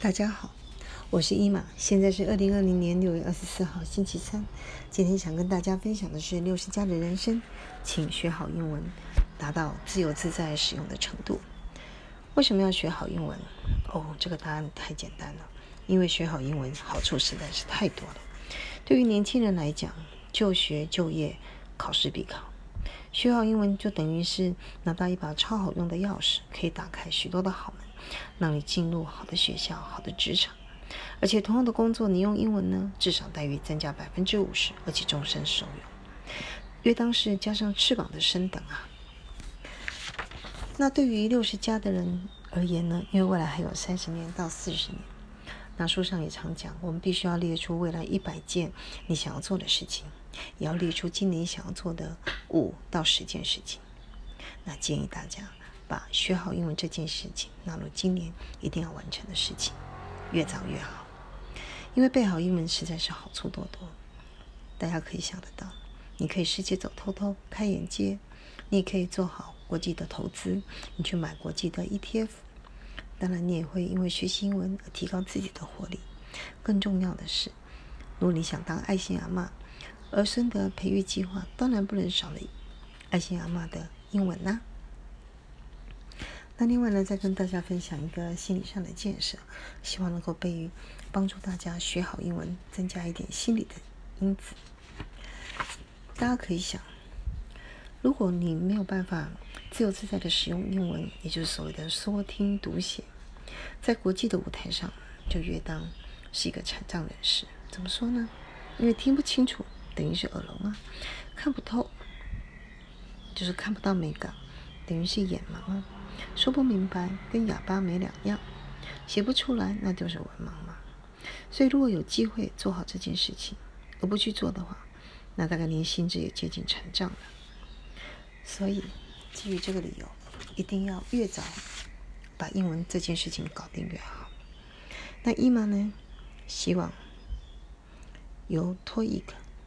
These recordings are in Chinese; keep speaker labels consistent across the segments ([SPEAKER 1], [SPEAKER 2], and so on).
[SPEAKER 1] 大家好，我是伊玛，现在是2020年6月24号星期三。今天想跟大家分享的是60加的人生，请学好英文，达到自由自在使用的程度。为什么要学好英文？这个答案太简单了，因为学好英文好处实在是太多了。对于年轻人来讲，就学就业，考试必考。学好英文就等于是拿到一把超好用的钥匙，可以打开许多的好门，让你进入好的学校、好的职场。而且同样的工作，你用英文呢，至少待遇增加50%，而且终身受用。约当是加上翅膀的升等啊。那对于60加的人而言呢，因为未来还有30年到40年，那书上也常讲，我们必须要列出未来100件你想要做的事情，也要列出今年想要做的5到10件事情。那建议大家把学好英文这件事情纳入今年一定要完成的事情，越早越好。因为背好英文实在是好处多多，大家可以想得到，你可以世界走透透，开眼界，你也可以做好国际的投资，你去买国际的 ETF。当然你也会因为学习英文而提高自己的活力。更重要的是，如果你想当爱心阿嬷，儿孙的培育计划当然不能少了爱心阿嬷的英文啦。那另外呢，再跟大家分享一个心理上的建设，希望能够帮助大家学好英文，增加一点心理的因子。大家可以想，如果你没有办法自由自在的使用英文，也就是所谓的说听读写，在国际的舞台上就约当是一个残障人士。怎么说呢？因为听不清楚等于是耳聋啊，看不透就是看不到美感，等于是眼盲啊，说不明白跟哑巴没两样，写不出来那就是文盲嘛。所以如果有机会做好这件事情而不去做的话，那大概连心智也接近残障了。所以基于这个理由，一定要越早把英文这件事情搞定越好。那伊玛呢，希望由TOEIC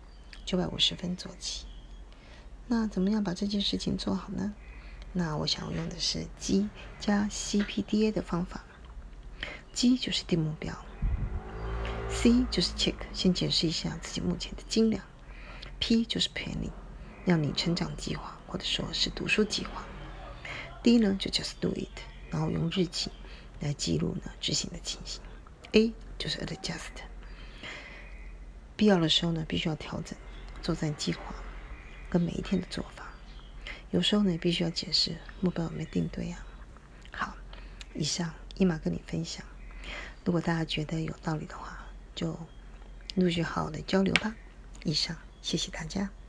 [SPEAKER 1] 950分做起。那怎么样把这件事情做好呢？那我想用的是 G 加 CPDA 的方法。G 就是定目标， C 就是 check， 先检视一下自己目前的斤两， P 就是 planning， 让你成长计划或者说是读书计划。D 呢就 just do it， 然后用日记来记录呢执行的情形。A 就是 adjust， 必要的时候呢必须要调整作战计划跟每一天的做法。有时候呢必须要解释目标有没有定对啊。好，以上伊玛跟你分享，如果大家觉得有道理的话，就陆续好好的交流吧。以上，谢谢大家。